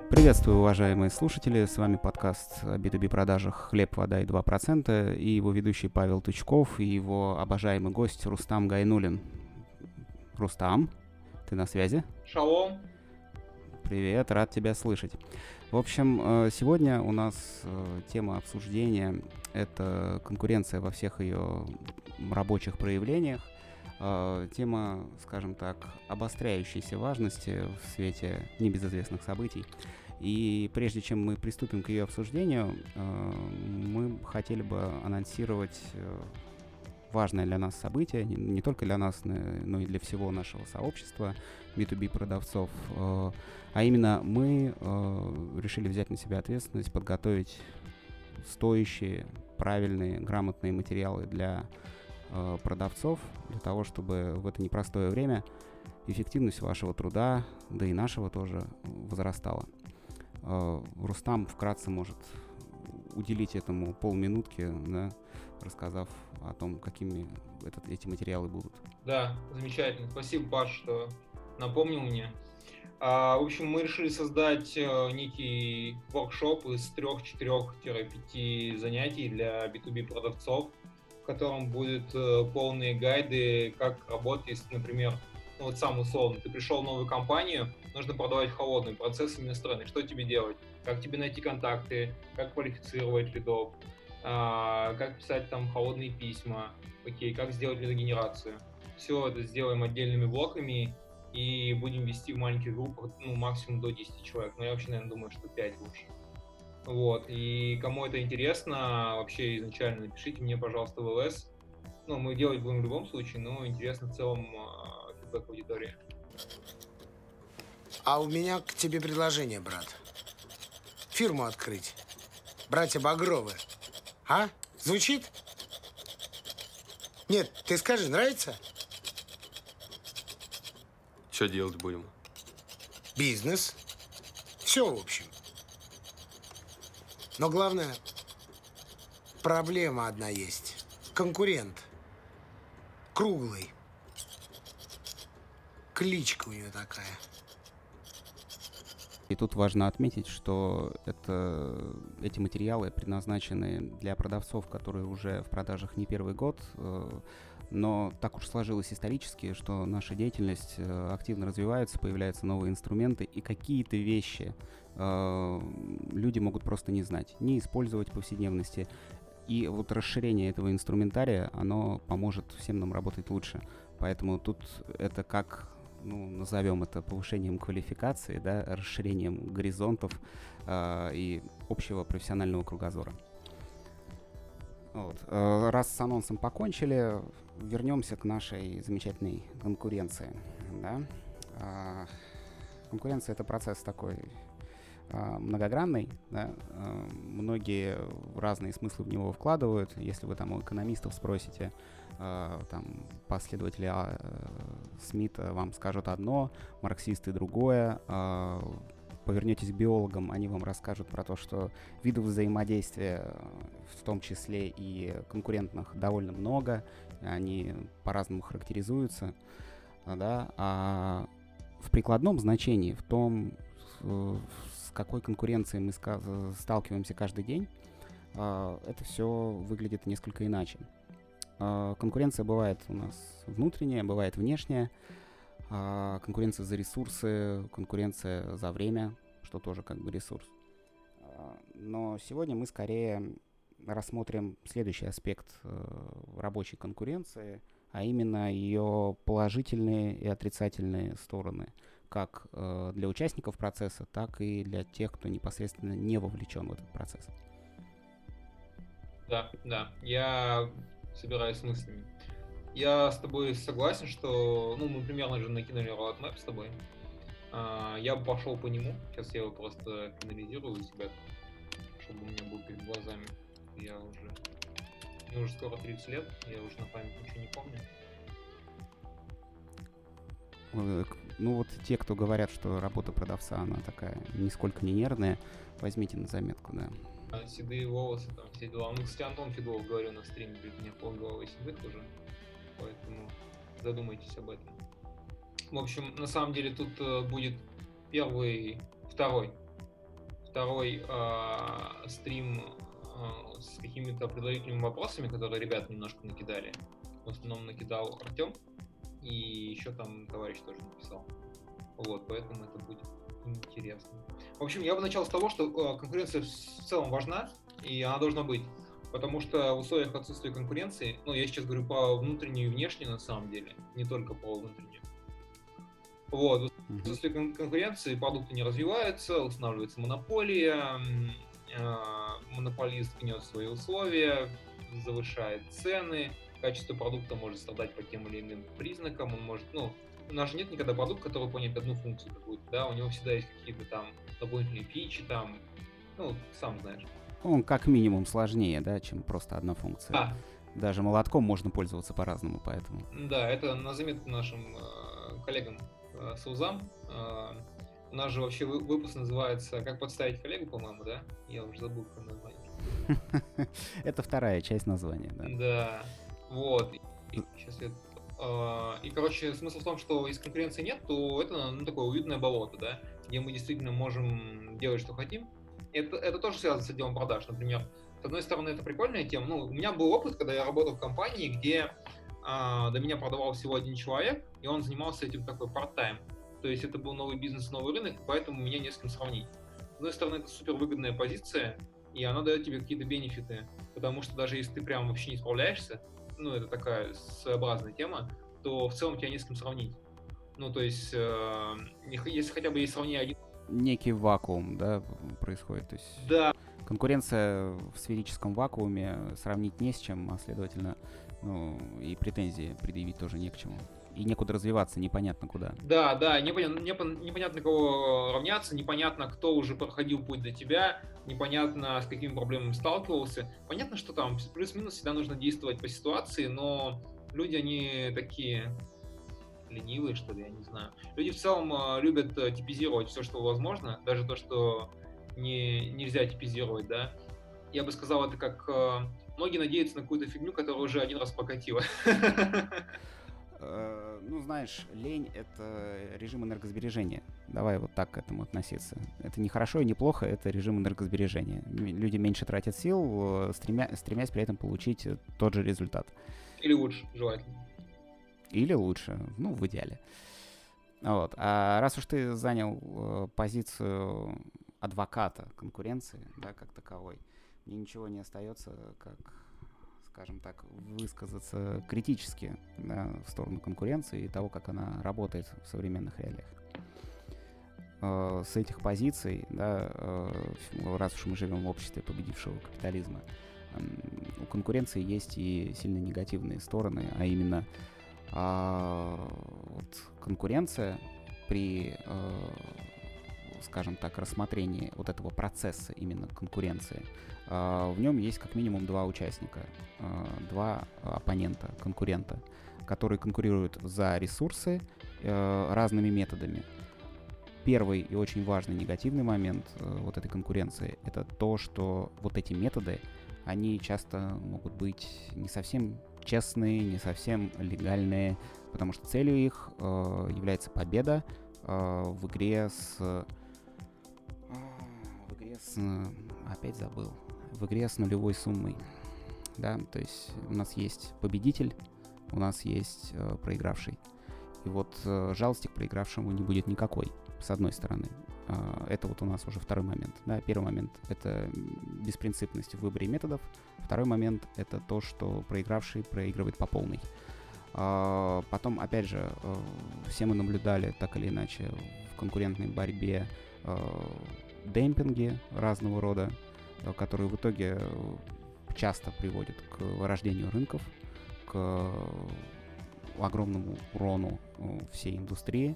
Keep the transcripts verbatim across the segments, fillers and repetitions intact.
Приветствую, уважаемые слушатели, с вами подкаст о би ту би продажах «Хлеб, вода и два процента» и его ведущий Павел Тычков и его обожаемый гость Рустам Гайнуллин. Рустам, ты на связи? Шалом. Привет, рад тебя слышать. В общем, сегодня у нас тема обсуждения — это конкуренция во всех ее рабочих проявлениях. Тема, скажем так, обостряющейся важности в свете небезызвестных событий. И прежде чем мы приступим к ее обсуждению, мы хотели бы анонсировать важное для нас событие, не только для нас, но и для всего нашего сообщества би ту би продавцов. А именно мы решили взять на себя ответственность подготовить стоящие, правильные, грамотные материалы для продавцов, для того, чтобы в это непростое время эффективность вашего труда, да и нашего тоже, возрастала. Рустам вкратце может уделить этому полминутки, да, рассказав о том, какими этот, эти материалы будут. Да, замечательно. Спасибо, Паш, что напомнил мне. А, в общем, мы решили создать э, некий воркшоп из трех-четырех-пяти занятий для би ту би продавцов, в котором будут э, полные гайды, как работать, если, например, ну вот сам условно, ты пришел в новую компанию, нужно продавать холодный, процесс именно стройный. Что тебе делать? Как тебе найти контакты? Как квалифицировать лидов? А, как писать там холодные письма? Окей, как сделать лидогенерацию? Все это сделаем отдельными блоками и будем вести в маленьких группах, ну, максимум до десяти человек. Но я вообще, наверное, думаю, что пять лучше. Вот, и кому это интересно, вообще изначально напишите мне, пожалуйста, в эл эс. Ну, мы делать будем в любом случае, но интересно в целом фидбэк аудитории. А у меня к тебе предложение, брат. Фирму открыть. Братья Багровы. А? Звучит? Нет, ты скажи, нравится? Что делать будем? Бизнес. Все, в общем. Но главное, проблема одна есть. Конкурент. Круглый. Кличка у него такая. И тут важно отметить, что это, эти материалы предназначены для продавцов, которые уже в продажах не первый год, но так уж сложилось исторически, что наша деятельность активно развивается, появляются новые инструменты, и какие-то вещи люди могут просто не знать, не использовать в повседневности. И вот расширение этого инструментария, оно поможет всем нам работать лучше. Поэтому тут это как... ну, назовем это повышением квалификации, да, расширением горизонтов э, и общего профессионального кругозора. Вот. Э, раз с анонсом покончили, вернемся к нашей замечательной конкуренции. Да? Э, конкуренция — это процесс такой э, многогранный, да? э, многие разные смыслы в него вкладывают. Если вы там у экономистов спросите, там последователи э, Смита вам скажут одно, марксисты другое. Э, повернетесь к биологам, они вам расскажут про то, что видов взаимодействия, в том числе и конкурентных, довольно много, они по-разному характеризуются, да? А в прикладном значении, в том, с какой конкуренцией мы ска- сталкиваемся каждый день, э, это все выглядит несколько иначе. Конкуренция бывает у нас внутренняя, бывает внешняя. Конкуренция за ресурсы, конкуренция за время, что тоже как бы ресурс. Но сегодня мы скорее рассмотрим следующий аспект рабочей конкуренции, а именно ее положительные и отрицательные стороны, как для участников процесса, так и для тех, кто непосредственно не вовлечен в этот процесс. Да, да, я... собираюсь с мыслями. Я с тобой согласен, что, ну, мы примерно же накинули roadmap с тобой. А, я бы пошел по нему. Сейчас я его просто финализирую у себя, чтобы у меня был перед глазами. Я уже... Мне уже скоро тридцать лет, я уже на память ничего не помню. Ну вот те, кто говорят, что работа продавца, она такая нисколько не нервная, возьмите на заметку, да. Седые волосы, там все дела. Ну, кстати, Антон Федулов говорил на стриме, говорит, у меня полголовы седых уже, поэтому задумайтесь об этом. В общем, на самом деле тут э, будет первый, второй второй э, стрим э, с какими-то предварительными вопросами, которые ребята немножко накидали. В основном накидал Артем, и еще там товарищ тоже написал. Вот, поэтому это будет интересно. В общем, я бы начал с того, что э, конкуренция в целом важна, и она должна быть. Потому что в условиях отсутствия конкуренции, ну, я сейчас говорю про внутреннюю и внешнюю на самом деле, не только про внутреннюю. Вот, в отсутствии кон- конкуренции продукты не развиваются, устанавливается монополия, э, монополист гнет свои условия, завышает цены, качество продукта может страдать по тем или иным признакам, он может, ну, у нас же нет никогда продукта, который выполняет одну функцию какую-то, да, у него всегда есть какие-то там дополнительные фичи, там, ну, сам знаешь. Он как минимум сложнее, да, чем просто одна функция. А. Даже молотком можно пользоваться по-разному, поэтому. Да, это на заметку нашим э, коллегам э, Саузам. Э, у нас же вообще вы, выпуск называется «Как подставить коллегу», по-моему, да? Я уже забыл, как название. Это вторая часть названия, да. Да, вот. И, сейчас я... э, и, короче, смысл в том, что если конкуренции нет, то это, ну, такое уютное болото, да, где мы действительно можем делать, что хотим. Это, это тоже связано с отделом продаж. Например, с одной стороны, это прикольная тема. Ну, у меня был опыт, когда я работал в компании, где а, до меня продавал всего один человек, и он занимался этим такой part-time. То есть это был новый бизнес, новый рынок, и поэтому меня не с кем сравнить. С одной стороны, это супер выгодная позиция, и она дает тебе какие-то бенефиты, потому что даже если ты прям вообще не справляешься, ну, это такая своеобразная тема, то в целом тебя не с кем сравнить. Ну, то есть, э, если хотя бы есть сравнение один... Некий вакуум, да, происходит. То есть да. Конкуренция в сферическом вакууме сравнить не с чем, а, следовательно, ну, и претензии предъявить тоже не к чему. И некуда развиваться, непонятно куда. Да, да, непонятно, непонятно кого равняться, непонятно, кто уже проходил путь до тебя, непонятно, с какими проблемами сталкивался. Понятно, что там плюс-минус всегда нужно действовать по ситуации, но люди, они такие... ленивые, что ли, я не знаю. Люди в целом э, любят э, типизировать все, что возможно, даже то, что не, нельзя типизировать, да. Я бы сказал, это как э, многие надеются на какую-то фигню, которая уже один раз прокатила. Ну, знаешь, лень — это режим энергосбережения. Давай вот так к этому относиться. Это не хорошо и не плохо, это режим энергосбережения. Люди меньше тратят сил, стремя, стремясь при этом получить тот же результат. Или лучше, желательно. Или лучше, ну, в идеале. Вот. А раз уж ты занял э, позицию адвоката конкуренции, да, как таковой, мне ничего не остается, как, скажем так, высказаться критически, да, в сторону конкуренции и того, как она работает в современных реалиях. Э, с этих позиций, да, э, раз уж мы живем в обществе победившего капитализма, э, у конкуренции есть и сильно негативные стороны, а именно А, вот конкуренция при, э, скажем так, рассмотрении вот этого процесса именно конкуренции, э, в нем есть как минимум два участника, э, два оппонента, конкурента, которые конкурируют за ресурсы э, разными методами. Первый и очень важный негативный момент э, вот этой конкуренции — это то, что вот эти методы, они часто могут быть не совсем честные, не совсем легальные, потому что целью их э, является победа э, в игре с... Э, в игре с... Опять забыл. В игре с нулевой суммой. Да, то есть у нас есть победитель, у нас есть э, проигравший. И вот э, жалости к проигравшему не будет никакой, с одной стороны. Э, это вот у нас уже второй момент. Да? Первый момент — это беспринципность в выборе методов. Второй момент — это то, что проигравший проигрывает по полной. Э, потом, опять же, э, все мы наблюдали так или иначе в конкурентной борьбе э, демпинги разного рода, э, которые в итоге часто приводят к вырождению рынков, к огромному урону всей индустрии.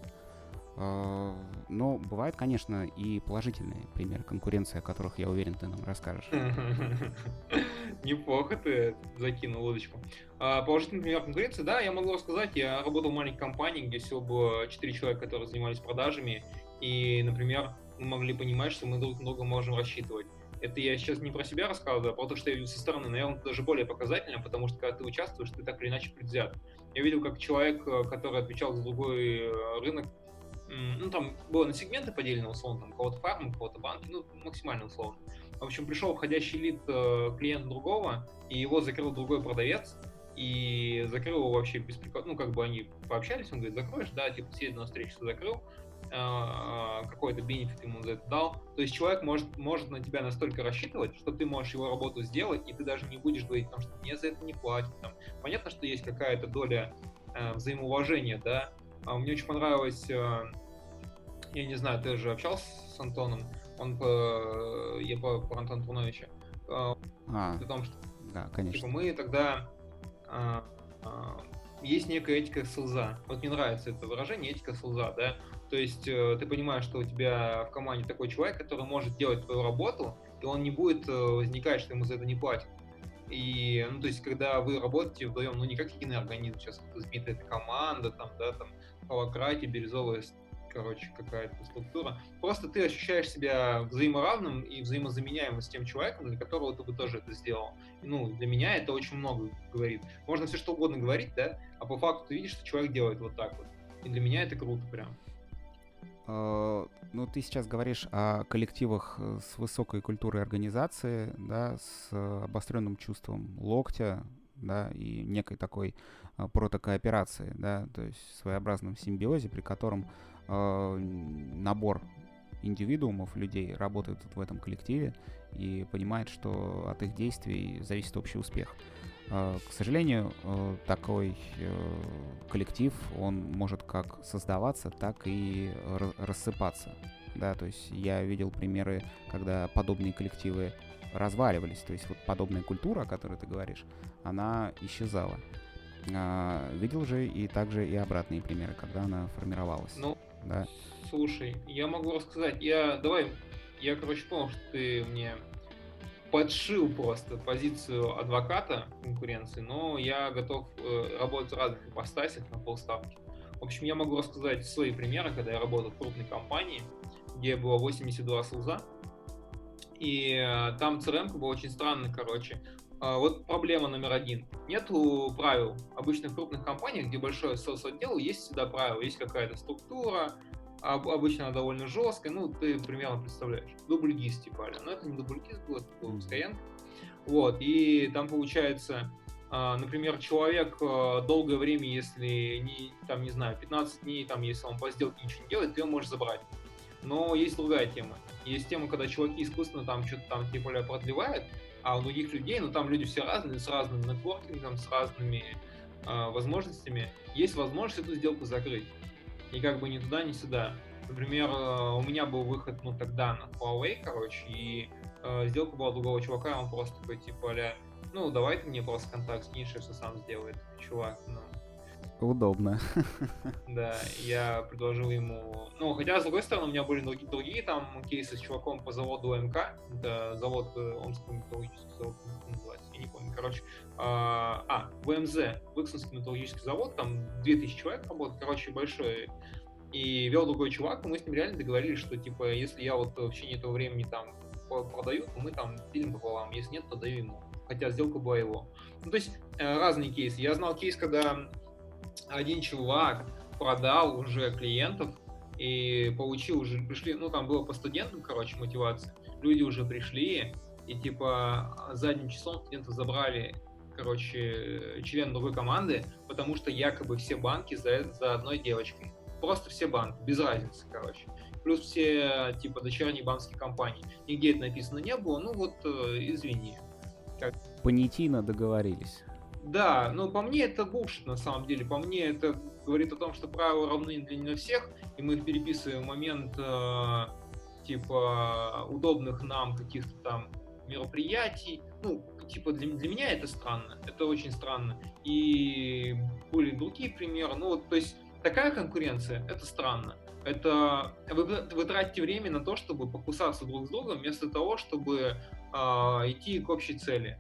Но бывают, конечно, и положительные примеры конкуренции, о которых, я уверен, ты нам расскажешь. Неплохо ты закинул удочку. Положительный пример конкуренции, да, я могу рассказать. Я работал в маленькой компании, где всего было четыре человека, которые занимались продажами. И, например, мы могли понимать, что мы друг на друга можем рассчитывать. Это я сейчас не про себя рассказываю, а про то, что я видел со стороны, наверное, это даже более показательно, потому что когда ты участвуешь, ты так или иначе предвзят. Я видел, как человек, который отвечал за другой рынок, ну, там было на сегменты поделено, условно, там, кого-то фарм, кого-то банки, ну, максимально условно. В общем, пришел входящий лид э, клиента другого, и его закрыл другой продавец, и закрыл его вообще без прикола. Ну, как бы они пообщались, он говорит, закроешь, да, типа, съездил на встречу, закрыл, э, какой-то бенефит ему за это дал. То есть человек может, может на тебя настолько рассчитывать, что ты можешь его работу сделать, и ты даже не будешь говорить, там, что мне за это не платят. Там. Понятно, что есть какая-то доля э, взаимоуважения, да. А мне очень понравилось, э, я не знаю, ты же общался с Антоном, он по, я по, по Антону Труновичу, э, а, о том, что да, конечно. типа, мы тогда э, э, есть некая этика селза. Вот мне нравится это выражение, этика селза, да. То есть э, ты понимаешь, что у тебя в команде такой человек, который может делать твою работу, и он не будет э, возникать, что ему за это не платят. И, ну, то есть, когда вы работаете вдвоем, ну, не как единый организм, сейчас сбитая эта команда, там, да, там, холократия, бирюзовая, короче, какая-то структура. Просто ты ощущаешь себя взаиморавным и взаимозаменяемым с тем человеком, для которого ты бы тоже это сделал. И, ну, для меня это очень много говорит. Можно все что угодно говорить, да, а по факту ты видишь, что человек делает вот так вот. И для меня это круто прям. Uh, ну, ты сейчас говоришь о коллективах с высокой культурой организации, да, с обостренным чувством локтя, да, и некой такой uh, протокооперации, да, то есть своеобразном симбиозе, при котором uh, набор индивидуумов, людей работают в этом коллективе и понимает, что от их действий зависит общий успех. Uh, к сожалению, uh, такой uh, коллектив, он может как создаваться, так и р- рассыпаться. Да, то есть я видел примеры, когда подобные коллективы разваливались. То есть вот подобная культура, о которой ты говоришь, она исчезала. Uh, видел же и также и обратные примеры, когда она формировалась. Ну, да. Слушай, я могу рассказать. Я, давай, я, короче, понял, что ты мне подшил просто позицию адвоката конкуренции, но я готов э, работать в разных ипостасях на полставки. В общем, я могу рассказать свои примеры, когда я работал в крупной компании, где было восемьдесят два селза, и э, там си эр эм была очень странная, короче. Э, вот проблема номер один. Нету правил. Обычно в крупных компаниях, где большой селс-отдел, есть всегда правила, есть какая-то структура, обычно она довольно жесткая, ну, ты примерно представляешь. Дубльгиз, типа, но это не дубльгиз был, это был Skyeng. Вот, и там получается, например, человек долгое время, если, не, там, не знаю, пятнадцать дней, там, если он по сделке ничего не делает, ты его можешь забрать. Но есть другая тема. Есть тема, когда чуваки искусственно там что-то там, типа, продлевают, а у других людей, ну, там люди все разные, с разным нетворкингом, с разными э, возможностями, есть возможность эту сделку закрыть. И как бы ни туда, ни сюда. Например, у меня был выход, ну, тогда на Huawei, короче, и э, сделка была другого чувака, он просто такой, типа, а-ля, ну, давай ты мне просто контакт скинешь, и все сам сделает, чувак, ну. Удобно. Да, я предложил ему... Ну, хотя, с другой стороны, у меня были другие, другие там кейсы с чуваком по заводу МК, это завод, Омский металлургический завод, как называется, я не помню, короче. А, а ВМЗ, Выксинский металлургический завод, там две тысячи человек работает, короче, большой. И вел другой чувак, и мы с ним реально договорились, что, типа, если я вот в течение этого времени там продаю, то мы там делим пополам, если нет, то даю ему. Хотя сделка была его. Ну, то есть, разные кейсы. Я знал кейс, когда один чувак продал уже клиентов и получил уже, пришли, ну, там было по студентам, короче, мотивация. Люди уже пришли, и, типа, задним числом студентов забрали, короче, член другой команды, потому что якобы все банки за, за одной девочкой. Просто все банки, без разницы, короче. Плюс все, типа, дочерние банковские компании. Нигде это написано не было, ну вот, э, извини. Как... Понятийно договорились. Да, но по мне это булшит, на самом деле. По мне это говорит о том, что правила равны для не всех, и мы их переписываем в момент, э, типа, удобных нам каких-то там мероприятий. Ну, типа, для, для меня это странно, это очень странно. И были другие примеры. Ну, вот, то есть, такая конкуренция, это странно. Это вы, вы тратите время на то, чтобы покусаться друг с другом, вместо того, чтобы э, идти к общей цели.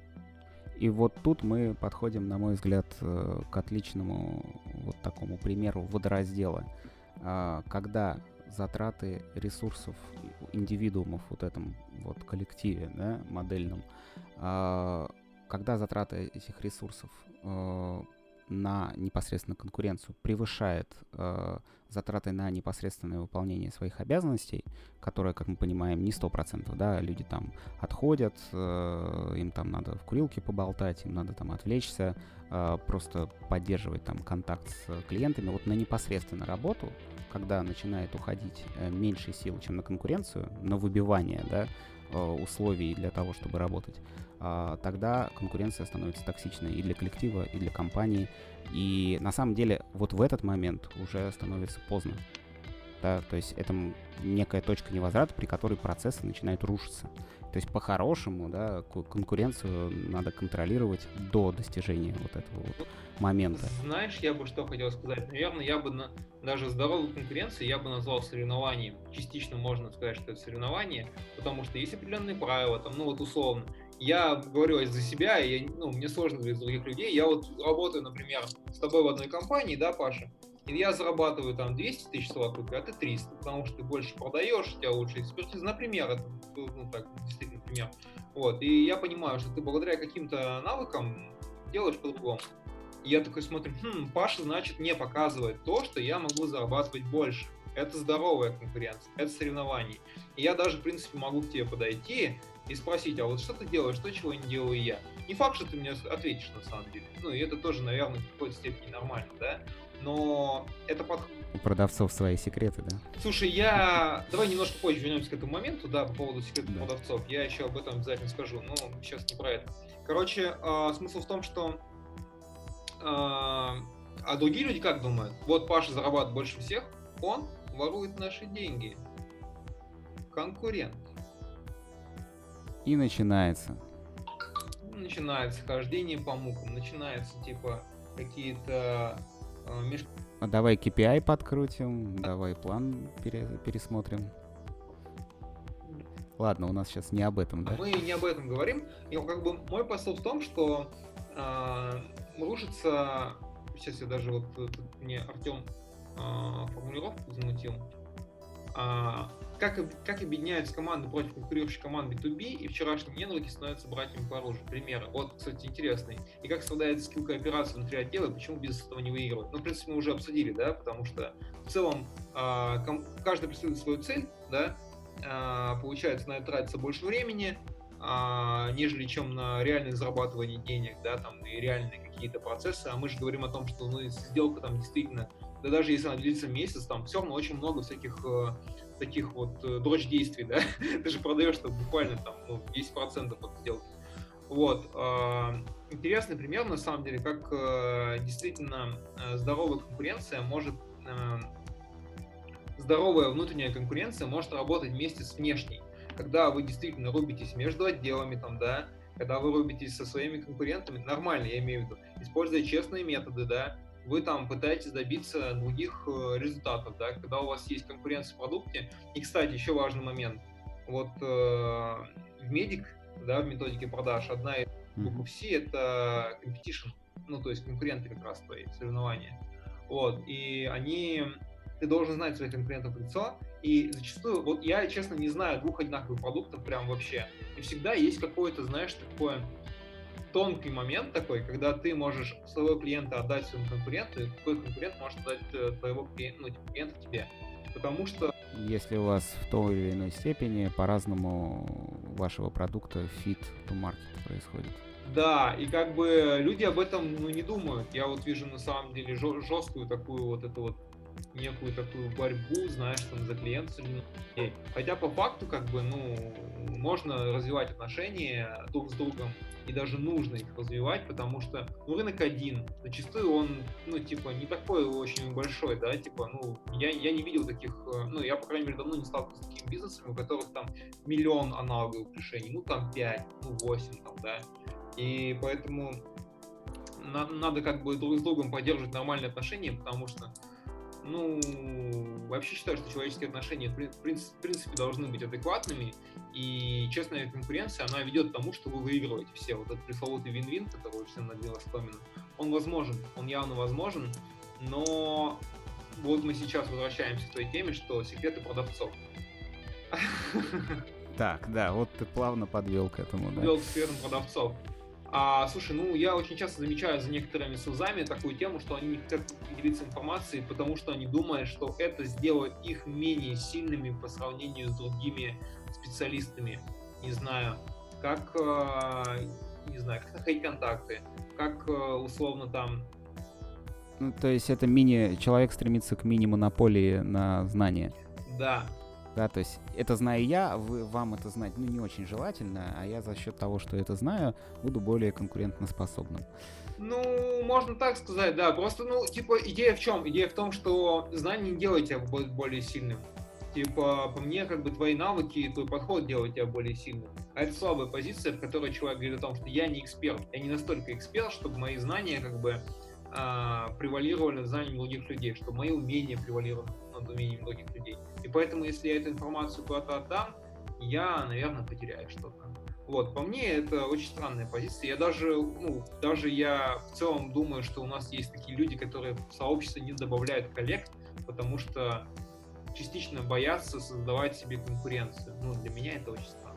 И вот тут мы подходим, на мой взгляд, к отличному вот такому примеру водораздела. Когда затраты ресурсов индивидуумов в вот этом вот коллективе, да, модельном, когда затраты этих ресурсов на непосредственно конкуренцию превышает э, затраты на непосредственное выполнение своих обязанностей, которые, как мы понимаем, не сто процентов, да, люди там отходят, э, им там надо в курилке поболтать, им надо там отвлечься, э, просто поддерживать там контакт с клиентами. Вот на непосредственную работу, когда начинает уходить э, меньше сил, чем на конкуренцию, на выбивание, да, э, условий для того, чтобы работать, э, тогда конкуренция становится токсичной и для коллектива, и для компании. И на самом деле вот в этот момент уже становится поздно. Да, то есть это некая точка невозврата, при которой процессы начинают рушиться. То есть по-хорошему, да, конкуренцию надо контролировать до достижения вот этого вот момента. Знаешь, я бы что хотел сказать? Наверное, я бы на, даже здоровую конкуренцию я бы назвал соревнованием. Частично можно сказать, что это соревнование, потому что есть определенные правила, там, ну вот условно. Я говорю за себя, и я, ну, мне сложно говорить за других людей. Я вот работаю, например, с тобой в одной компании, да, Паша? И я зарабатываю там двести тысяч совокупно, а ты триста, потому что ты больше продаешь, у тебя лучше экспертиза. Например, это, ну так, действительно пример. Вот, и я понимаю, что ты благодаря каким-то навыкам делаешь по-другому. И я такой смотрю, хм, Паша, значит, мне показывает то, что я могу зарабатывать больше. Это здоровая конкуренция, это соревнование. И я даже, в принципе, могу к тебе подойти и спросить, а вот что ты делаешь, то, чего не делаю я. Не факт, что ты мне ответишь на самом деле. Ну, и это тоже, наверное, в какой-то степени нормально, да? Но это подход. У продавцов свои секреты, да? Слушай, я... Давай немножко позже вернемся к этому моменту, да, по поводу секретов да. продавцов. Я еще об этом обязательно скажу, но сейчас не про это. Короче, э, смысл в том, что... Э, а другие люди как думают? Вот Паша зарабатывает больше всех, он ворует наши деньги. Конкурент. И начинается. Начинается хождение по мукам, начинается, типа, какие-то... Меж... А давай кей пи ай подкрутим, давай план пере- пересмотрим. Ладно, у нас сейчас не об этом, да? Мы не об этом говорим. И как бы мой посыл в том, что э, рушится... Сейчас я даже вот мне Артем э, формулировку замутил. Э, как, как объединяются команды против конкурирующих команд би ту би, и вчерашние недруги становятся братьями по оружию. Примеры. Вот, кстати, интересный. И как страдает скилл кооперации внутри отдела, и почему бизнес этого не выигрывает. Ну, в принципе, мы уже обсудили, да, потому что в целом э, ком- каждый преследует свою цель, да, э, получается, на это тратится больше времени, э, нежели чем на реальное зарабатывание денег, да, там, и реальные какие-то процессы. А мы же говорим о том, что, ну, сделка там действительно, да даже если она длится месяц, там все равно очень много всяких э, таких вот э, дрочь-действий, да, ты же продаешь там буквально там, ну, десять процентов от сделки. Вот. Э, интересный пример, на самом деле, как э, действительно э, здоровая конкуренция может, э, здоровая внутренняя конкуренция может работать вместе с внешней. Когда вы действительно рубитесь между отделами, там, да, когда вы рубитесь со своими конкурентами, нормально, я имею в виду, используя честные методы, да, вы там пытаетесь добиться других э, результатов, да, когда у вас есть конкуренция в продукте. И, кстати, еще важный момент. Вот э, в Medic, да, в методике продаж, одна из букв C — это competition, ну, то есть конкуренты как раз твои, соревнования. Вот, и они... Ты должен знать своих конкурентов в лицо, и зачастую, вот я, честно, не знаю двух одинаковых продуктов прям вообще. И всегда есть какое-то, знаешь, такое... тонкий момент такой, когда ты можешь своего клиента отдать своему конкуренту, и твой конкурент может отдать твоего клиента, ну, клиента тебе. Потому что... Если у вас в той или иной степени по-разному вашего продукта fit to market происходит. Да, и как бы люди об этом, ну, не думают. Я вот вижу на самом деле жесткую такую вот эту вот некую такую борьбу, знаешь, там, за клиента. Хотя по факту, как бы, ну, можно развивать отношения друг с другом, и даже нужно их развивать, потому что, ну, рынок один, зачастую он, ну, типа, не такой очень большой, да, типа, ну, я, я не видел таких, ну, я, по крайней мере, давно не сталкивался с такими бизнесами, у которых там миллион аналоговых решений, ну, там пять, ну, восемь, там, да, и поэтому на, надо как бы друг с другом поддерживать нормальные отношения, потому что, ну, вообще считаю, что человеческие отношения в принципе должны быть адекватными, и честная конкуренция, она ведет к тому, что вы выигрываете все. Вот этот пресловутый вин-вин, который всем надел Стомин, он возможен, он явно возможен, но вот мы сейчас возвращаемся к той теме, что секреты продавцов. Так, да, вот ты плавно подвел к этому, да. Подвел к секретам продавцов. А, слушай, ну я очень часто замечаю за некоторыми СУЗами такую тему, что они не хотят делиться информацией, потому что они думают, что это сделает их менее сильными по сравнению с другими специалистами. Не знаю, как, э, не знаю, как находить контакты, как э, условно там... Ну, то есть это мини... Человек стремится к мини-монополии на знания. Да. Да, то есть это знаю я, вы, вам это знать, ну, не очень желательно, а я за счет того, что это знаю, буду более конкурентоспособным. Ну, можно так сказать, да. Просто, ну, типа, идея в чем? Идея в том, что знание не делает тебя более сильным. Типа, по мне, как бы твои навыки и твой подход делают тебя более сильным. А это слабая позиция, в которой человек говорит о том, что я не эксперт. Я не настолько эксперт, чтобы мои знания, как бы, а, превалировали над знаниями других людей, чтобы мои умения превалировали над умениями других людей. И поэтому, если я эту информацию куда-то отдам, я, наверное, потеряю что-то. Вот, по мне, это очень странная позиция. Я даже, ну, даже я в целом думаю, что у нас есть такие люди, которые в сообщество не добавляют коллег, потому что частично боятся создавать себе конкуренцию. Ну, для меня это очень странно.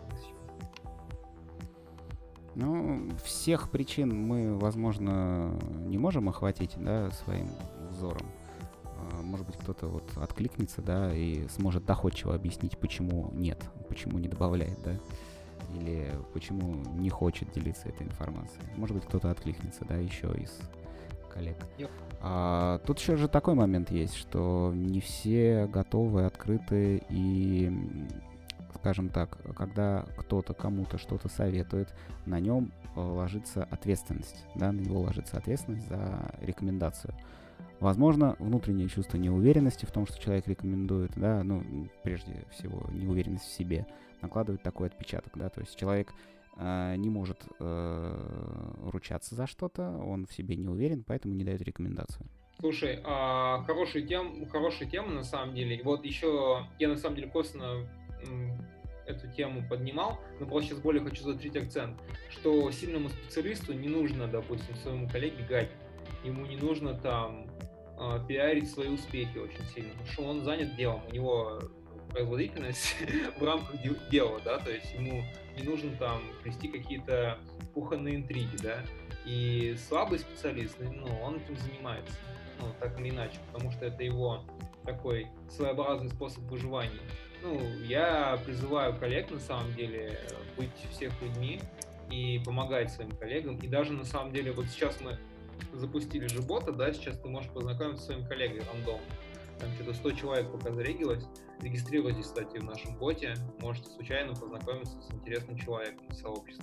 Ну, всех причин мы, возможно, не можем охватить, да, своим взором. Может быть, кто-то вот откликнется, да, и сможет доходчиво объяснить, почему нет, почему не добавляет, да, или почему не хочет делиться этой информацией. Может быть, кто-то откликнется, да, еще из коллег. Yep. А, тут еще же такой момент есть, что не все готовы, открыты, и, скажем так, когда кто-то кому-то что-то советует, на нем ложится ответственность, да, на него ложится ответственность за рекомендацию. Возможно, внутреннее чувство неуверенности в том, что человек рекомендует, да, ну, прежде всего, неуверенность в себе, накладывает такой отпечаток, да, то есть человек э, не может э, ручаться за что-то, он в себе не уверен, поэтому не дает рекомендацию. Слушай, а, хорошая тема, хорошая тема на самом деле. Вот еще я на самом деле косвенно м, эту тему поднимал, но просто сейчас более хочу заострить акцент, что сильному специалисту не нужно, допустим, своему коллеге гать, ему не нужно там пиарить свои успехи очень сильно, потому что он занят делом, у него производительность в рамках дела, да, то есть ему не нужно там плести какие-то кухонные интриги, да, и слабый специалист, ну, он этим занимается, ну, так или иначе, потому что это его такой своеобразный способ выживания. Ну, я призываю коллег, на самом деле, быть всех людьми и помогать своим коллегам, и даже, на самом деле, вот сейчас мы запустили же бота, да, сейчас ты можешь познакомиться с своим коллегой рандомно. Там что-то сто человек пока зарегилось. Регистрируйтесь, кстати, в нашем боте. Можете случайно познакомиться с интересным человеком из сообщества.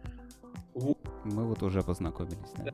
Мы вот уже познакомились, да?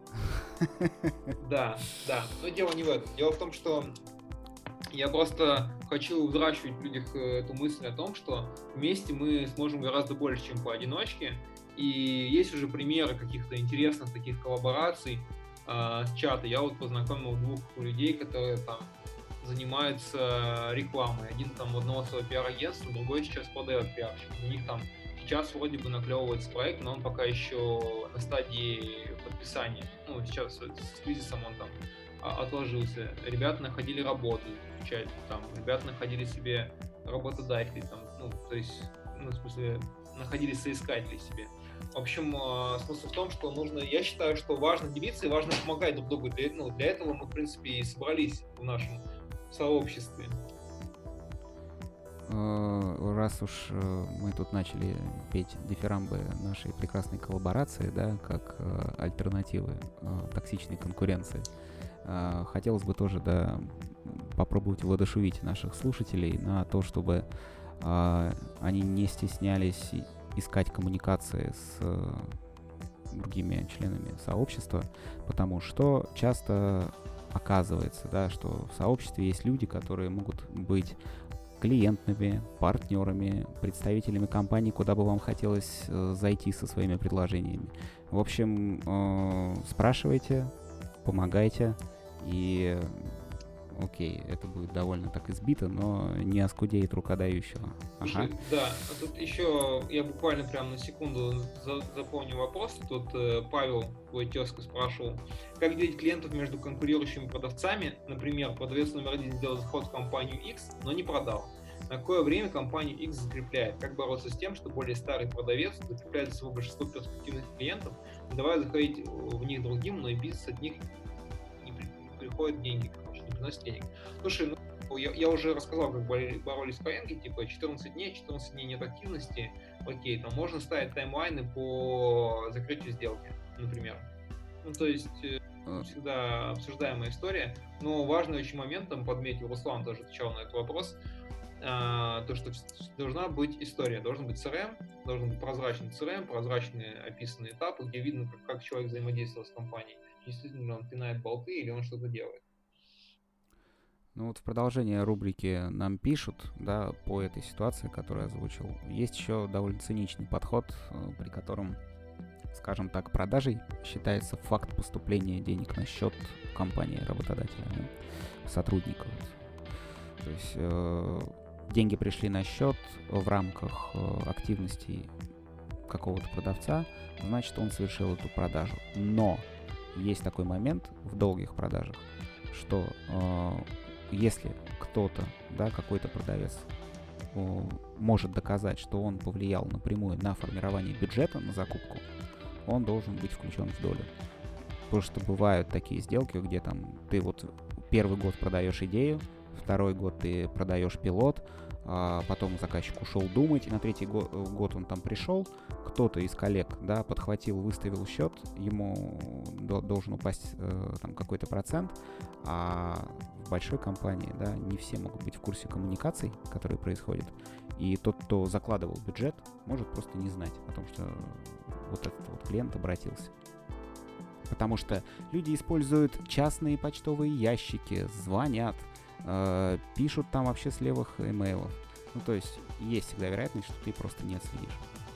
Да, да. Но дело не в этом. Дело в том, что я просто хочу взращивать в людях эту мысль о том, что вместе мы сможем гораздо больше, чем поодиночке. И есть уже примеры каких-то интересных таких коллабораций э, с чата. Я вот познакомил двух людей, которые там занимаются рекламой. Один там одного своего пиар-агентства, другой сейчас продает пиарщик. У них там сейчас вроде бы наклевывается проект, но он пока еще на стадии подписания. Ну, сейчас с кризисом он там отложился. Ребята находили работу, включать, там, ребята находили себе работодателей, там, ну, то есть, ну, в смысле, находили соискателей себе. В общем, э, смысл в том, что нужно, я считаю, что важно делиться и важно помогать друг другу. Для, ну, для этого мы, в принципе, и собрались в нашем сообществе. Раз уж мы тут начали петь дифирамбы нашей прекрасной коллаборации, да, как альтернативы токсичной конкуренции, хотелось бы тоже, да, попробовать воодушевить наших слушателей на то, чтобы они не стеснялись искать коммуникации с другими членами сообщества, потому что часто оказывается, да, что в сообществе есть люди, которые могут быть клиентами, партнерами, представителями компаний, куда бы вам хотелось э, зайти со своими предложениями. В общем, э, спрашивайте, помогайте, и окей, это будет довольно так избито, но не оскудеет рука дающего. Слушай, ага. Да, а тут еще я буквально прям на секунду за, запомню вопрос. Тут э, Павел, твой тезка, спрашивал, как делить клиентов между конкурирующими продавцами. Например, продавец номер один сделал заход в компанию X, но не продал. На какое время компания X закрепляет? Как бороться с тем, что более старый продавец закрепляет за собой большинство перспективных клиентов, не давая заходить в них другим, но и бизнес от них не приходят деньги, короче, не приносит денег. Слушай, ну, я, я уже рассказал, как боролись с Skyeng, типа четырнадцать дней, четырнадцать дней нет активности, окей, там можно ставить таймлайны по закрытию сделки, например. Ну, то есть, всегда обсуждаемая история, но важный очень момент, там подметил Руслан, тоже отвечал на этот вопрос, а, то, что должна быть история, должен быть си эр эм, должен быть прозрачный си эр эм, прозрачные описанные этапы, где видно, как, как человек взаимодействовал с компанией, действительно ли он пинает болты или он что-то делает. Ну вот в продолжение рубрики нам пишут, да, по этой ситуации, которую я озвучил. Есть еще довольно циничный подход, при котором, скажем так, продажей считается факт поступления денег на счет компании работодателя, да, сотрудников. То есть э, деньги пришли на счет в рамках э, активностей какого-то продавца, значит, он совершил эту продажу. Но есть такой момент в долгих продажах, что э, если кто-то, да, какой-то продавец э, может доказать, что он повлиял напрямую на формирование бюджета на закупку, он должен быть включен в долю. Потому что бывают такие сделки, где там ты вот первый год продаешь идею, второй год ты продаешь пилот, а потом заказчик ушел думать, и на третий го- год он там пришел, кто-то из коллег, да, подхватил, выставил счет, ему до- должен упасть э, там какой-то процент, а в большой компании, да, не все могут быть в курсе коммуникаций, которые происходят, и тот, кто закладывал бюджет, может просто не знать о том, что вот этот вот клиент обратился. Потому что люди используют частные почтовые ящики, звонят, э, пишут там вообще с левых имейлов. Ну, то есть есть всегда вероятность, что ты просто не отследишь.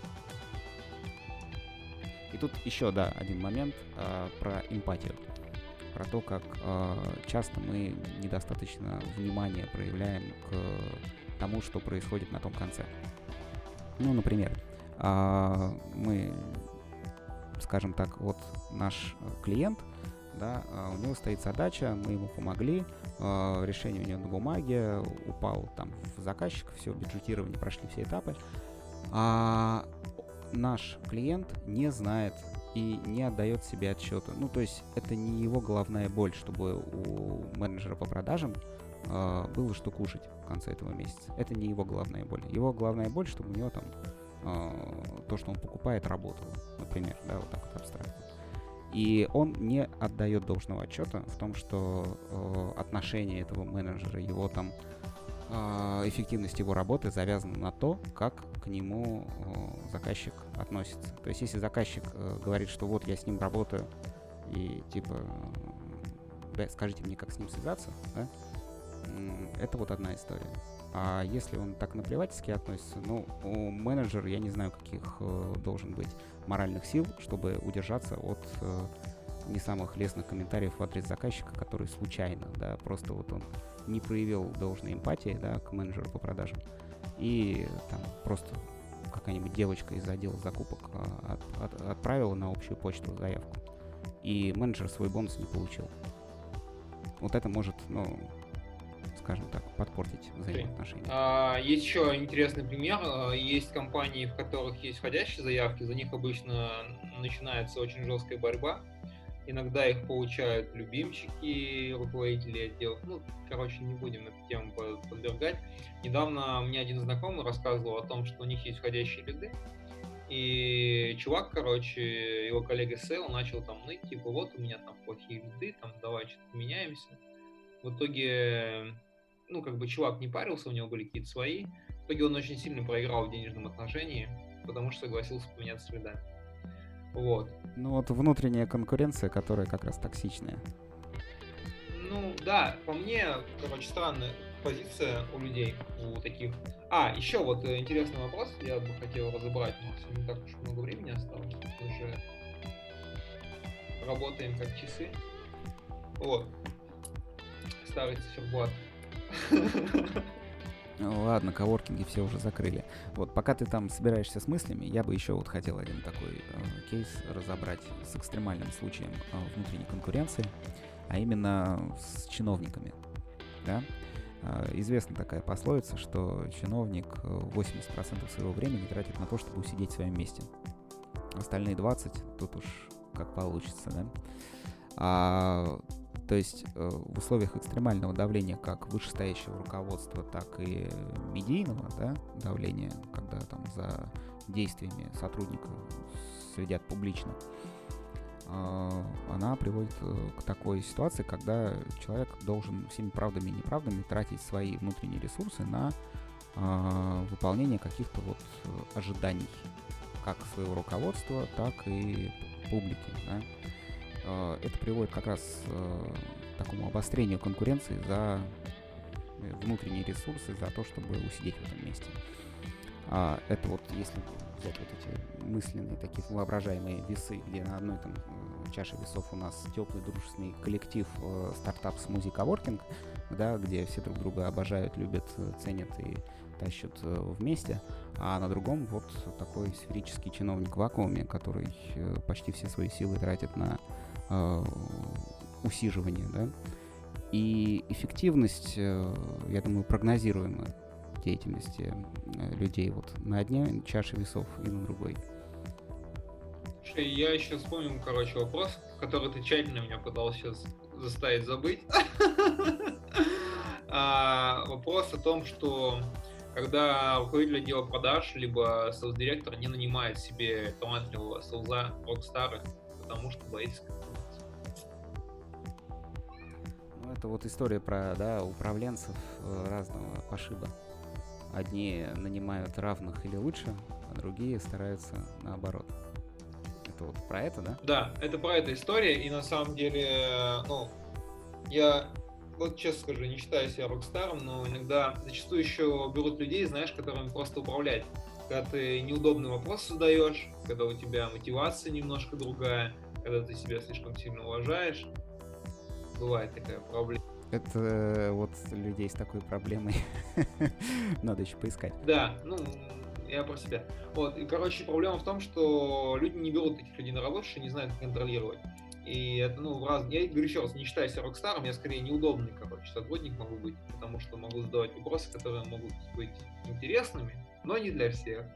И тут еще, да, один момент э, про эмпатию. Про то, как э, часто мы недостаточно внимания проявляем к тому, что происходит на том конце. Ну, например, э, мы, скажем так, вот наш клиент, да, у него стоит задача, мы ему помогли, э, решение у него на бумаге, упал там в заказчика, все, бюджетирование, прошли все этапы. А наш клиент не знает и не отдает себе отчета. Ну, то есть это не его головная боль, чтобы у менеджера по продажам э, было что кушать в конце этого месяца. Это не его головная боль. Его головная боль, чтобы у него там э, то, что он покупает, работало, например, да, вот так вот абстрактно. И он не отдает должного отчета в том, что э, отношение этого менеджера, его там э, эффективность его работы завязана на то, как к нему э, заказчик относится. То есть если заказчик э, говорит, что вот я с ним работаю, и типа да, скажите мне, как с ним связаться, да, это вот одна история. А если он так наплевательски относится, ну, у менеджера, я не знаю, каких э, должен быть моральных сил, чтобы удержаться от э, не самых лестных комментариев в адрес заказчика, который случайно, да, просто вот он не проявил должной эмпатии, да, к менеджеру по продажам, и там просто какая-нибудь девочка из отдела закупок э, от, от, отправила на общую почту заявку, и менеджер свой бонус не получил. Вот это может, ну, скажем так, подпортить взаимоотношения. А, есть еще интересный пример. Есть компании, в которых есть входящие заявки, за них обычно начинается очень жесткая борьба. Иногда их получают любимчики, руководители отделов. Ну, короче, не будем эту тему подвергать. Недавно мне один знакомый рассказывал о том, что у них есть входящие лиды. И чувак, короче, его коллега сейл начал там ныть, типа, вот у меня там плохие лиды, там давай что-то поменяемся. В итоге, ну, как бы чувак не парился, у него были какие-то свои. В итоге он очень сильно проиграл в денежном отношении, потому что согласился поменяться с лидами. Вот. Ну вот внутренняя конкуренция, которая как раз токсичная. Ну да, по мне, короче, странная позиция у людей, у таких. А, еще вот интересный вопрос, я бы хотел разобрать, у нас не так уж много времени осталось, мы уже работаем как часы. Вот. Старый циферблат. Ну, ладно, коворкинги все уже закрыли. Вот, пока ты там собираешься с мыслями, я бы еще вот хотел один такой э, кейс разобрать с экстремальным случаем э, внутренней конкуренции, а именно с чиновниками. Да? Известна такая пословица, что чиновник восемьдесят процентов своего времени тратит на то, чтобы усидеть в своем месте. Остальные двадцать процентов тут уж как получится, да? А, то есть в условиях экстремального давления как вышестоящего руководства, так и медийного, да, давления, когда там за действиями сотрудника следят публично, она приводит к такой ситуации, когда человек должен всеми правдами и неправдами тратить свои внутренние ресурсы на э, выполнение каких-то вот ожиданий, как своего руководства, так и публики. Да? Э, это приводит как раз э, к такому обострению конкуренции за внутренние ресурсы, за то, чтобы усидеть в этом месте. А это вот если взять вот эти мысленные такие воображаемые весы, где на одной там чаше весов у нас теплый дружественный коллектив э, стартап Smoothie Coworking, да, где все друг друга обожают, любят, ценят и тащат э, вместе, а на другом вот такой сферический чиновник в вакууме, который э, почти все свои силы тратит на э, усиживание, да, и эффективность, э, я думаю, прогнозируемая деятельности людей вот на одной чаше весов и на другой. Слушай, я еще вспомнил, короче, вопрос, который ты тщательно меня пытался сейчас заставить забыть. Вопрос о том, что когда руководитель отдела продаж, либо селс-директор не нанимает себе талантливого селза, рокстара, потому что боится конкуренции. Ну, это вот история про, да, управленцев разного пошиба. Одни нанимают равных или лучше, а другие стараются наоборот. Это вот про это, да? Да, это про эту историю, и на самом деле, ну, я, вот честно скажу, не считаю себя рокстаром, но иногда зачастую еще берут людей, знаешь, которым просто управлять. Когда ты неудобный вопрос задаешь, когда у тебя мотивация немножко другая, когда ты себя слишком сильно уважаешь, бывает такая проблема. Это вот людей с такой проблемой надо еще поискать. Да, ну, я про себя. Вот, и, короче, проблема в том, что люди не берут таких людей на работу, что не знают, как контролировать. И это, ну, в раз... Я говорю еще раз, не считаю себя рокстаром, я скорее неудобный, короче, сотрудник могу быть, потому что могу задавать вопросы, которые могут быть интересными, но не для всех.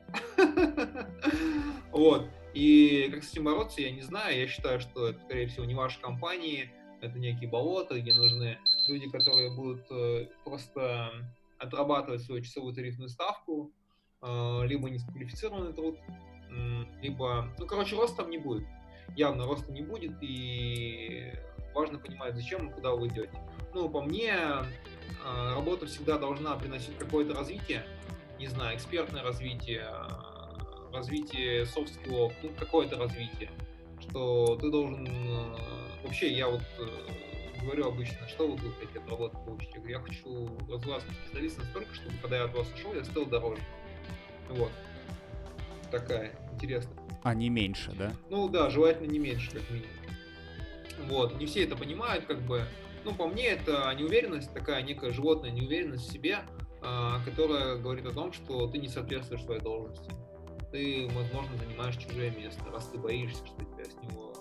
Вот. И как с этим бороться, я не знаю. Я считаю, что это, скорее всего, не ваши компании, это некие болота, где нужны люди, которые будут э, просто отрабатывать свою часовую тарифную ставку, э, либо низкоквалифицированный труд, э, либо... Ну, короче, роста там не будет. Явно роста не будет, и важно понимать, зачем и куда вы идете. Ну, по мне, э, работа всегда должна приносить какое-то развитие, не знаю, экспертное развитие, э, развитие soft-skill'ов, ну, какое-то развитие, что ты должен... Э, Вообще, я вот э, говорю обычно, что вы хотите от работы получить? Я говорю, я хочу развиваться специалист настолько, чтобы когда я от вас ушел, я стоил дороже. Вот. Такая интересная. А не меньше, да? Ну да, желательно не меньше, как минимум. Вот. Не все это понимают, как бы. Ну, по мне, это неуверенность, такая некая животная неуверенность в себе, э, которая говорит о том, что ты не соответствуешь своей должности. Ты, возможно, занимаешь чужое место, раз ты боишься, что тебя с него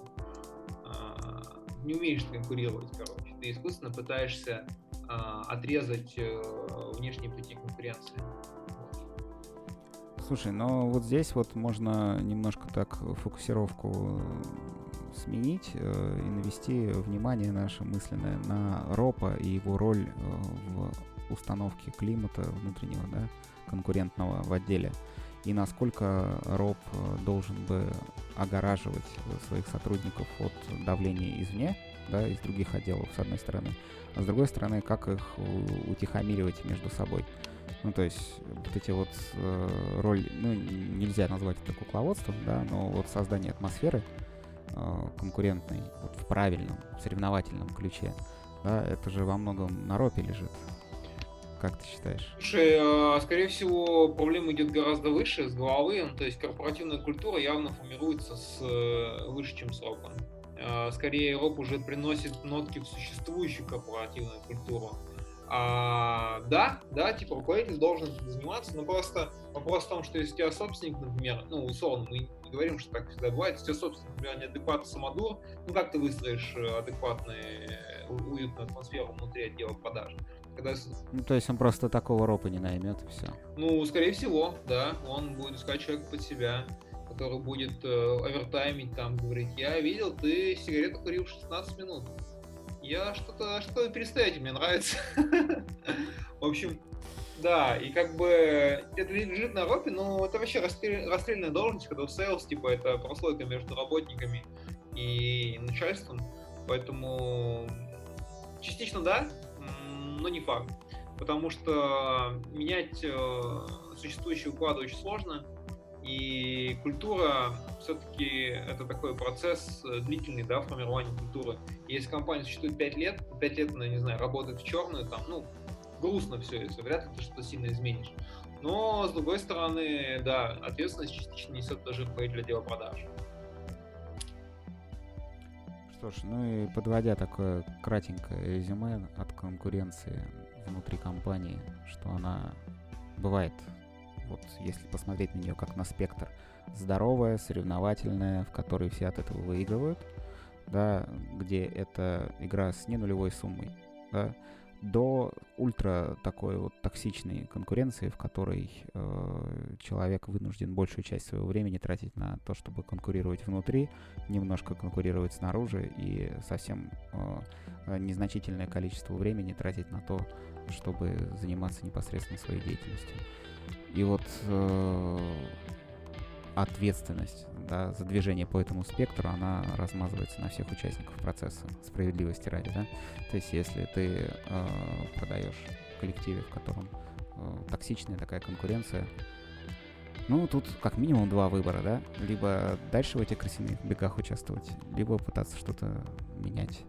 не умеешь конкурировать, короче. Ты искусственно пытаешься а, отрезать а, внешние пути конкуренции. Слушай, ну вот здесь вот можно немножко так фокусировку сменить э, и навести внимание наше мысленное на ропа и его роль э, в установке климата внутреннего, да, конкурентного в отделе. И насколько РОП должен бы огораживать своих сотрудников от давления извне, да, из других отделов, с одной стороны, а с другой стороны, как их утихомиривать между собой. Ну, то есть вот эти вот э, роли, ну, нельзя назвать это кукловодством, да, но вот создание атмосферы э, конкурентной вот в правильном, соревновательном ключе, да, это же во многом на ропе лежит. Как ты считаешь? Слушай, скорее всего, проблема идет гораздо выше, с головы. Ну, то есть корпоративная культура явно формируется с выше, чем с ропом. Скорее, роп уже приносит нотки в существующую корпоративную культуру. А, да, да, типа руководитель должен этим заниматься, но просто вопрос в том, что если у тебя собственник, например, ну, условно, мы не говорим, что так всегда бывает, если у тебя собственник, например, неадекватный самодур, ну, как ты выстроишь адекватную, уютную атмосферу внутри отдела продаж? Когда... Ну, то есть он просто такого ропа не наймет, и все. Ну, скорее всего, да. Он будет искать человека под себя, который будет э, овертаймить, там, говорить: я видел, ты сигарету курил шестнадцать минут. Я что-то, что переставите, мне нравится. В общем, да, и как бы это лежит на ропе, но это вообще расстрельная должность, когда в сейлс, типа, это прослойка между работниками и начальством, поэтому частично да, но не факт, потому что менять э, существующие уклады очень сложно, и культура все-таки это такой процесс длительный, да, формирования культуры. И если компания существует пять лет, пять лет она, не знаю, работает в черную, там, ну, грустно все это, вряд ли ты что-то сильно изменишь. Но, с другой стороны, да, ответственность частично несет даже руководитель отдела продаж. Что ж, ну и подводя такое кратенькое резюме от конкуренции внутри компании, что она бывает, вот если посмотреть на нее как на спектр, здоровая, соревновательная, в которой все от этого выигрывают, да, где это игра с ненулевой суммой, да, до ультра такой вот токсичной конкуренции, в которой э, человек вынужден большую часть своего времени тратить на то, чтобы конкурировать внутри, немножко конкурировать снаружи и совсем э, незначительное количество времени тратить на то, чтобы заниматься непосредственно своей деятельностью. И вот э, ответственность, да, за движение по этому спектру, она размазывается на всех участников процесса, справедливости ради, да. То есть если ты э, продаешь в коллективе, в котором э, токсичная такая конкуренция, ну, тут как минимум два выбора, да. Либо дальше в этих крысиных бегах участвовать, либо пытаться что-то менять.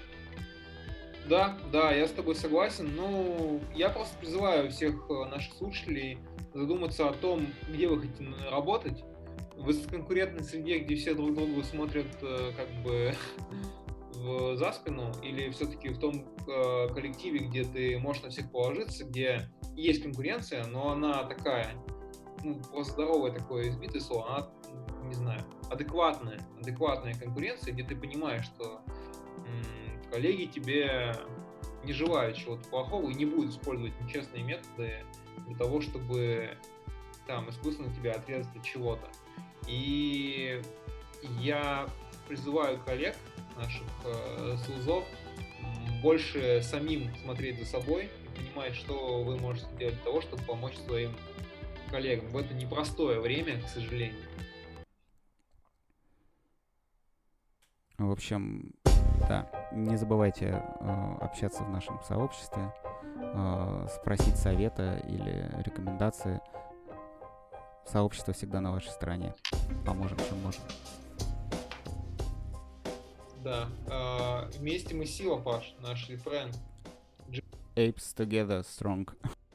Да, да, я с тобой согласен. Ну, я просто призываю всех наших слушателей задуматься о том, где вы хотите работать. В высококонкурентной среде, где все друг другу смотрят как бы в, за спину, или все-таки в том э, коллективе, где ты можешь на всех положиться, где есть конкуренция, но она такая, ну, просто здоровое такое избитое слово, она, не знаю, адекватная, адекватная конкуренция, где ты понимаешь, что м- коллеги тебе не желают чего-то плохого и не будут использовать нечестные методы для того, чтобы там искусственно тебя отрезать от чего-то. И я призываю коллег, наших э, слузов, больше самим смотреть за собой и понимать, что вы можете делать для того, чтобы помочь своим коллегам в это непростое время, к сожалению. В общем, да, не забывайте э, общаться в нашем сообществе, э, спросить совета или рекомендации. Сообщество всегда на вашей стороне. Поможем, чем можем. Да. Э, вместе мы сила, Паш, наш рефрен. Apes together strong.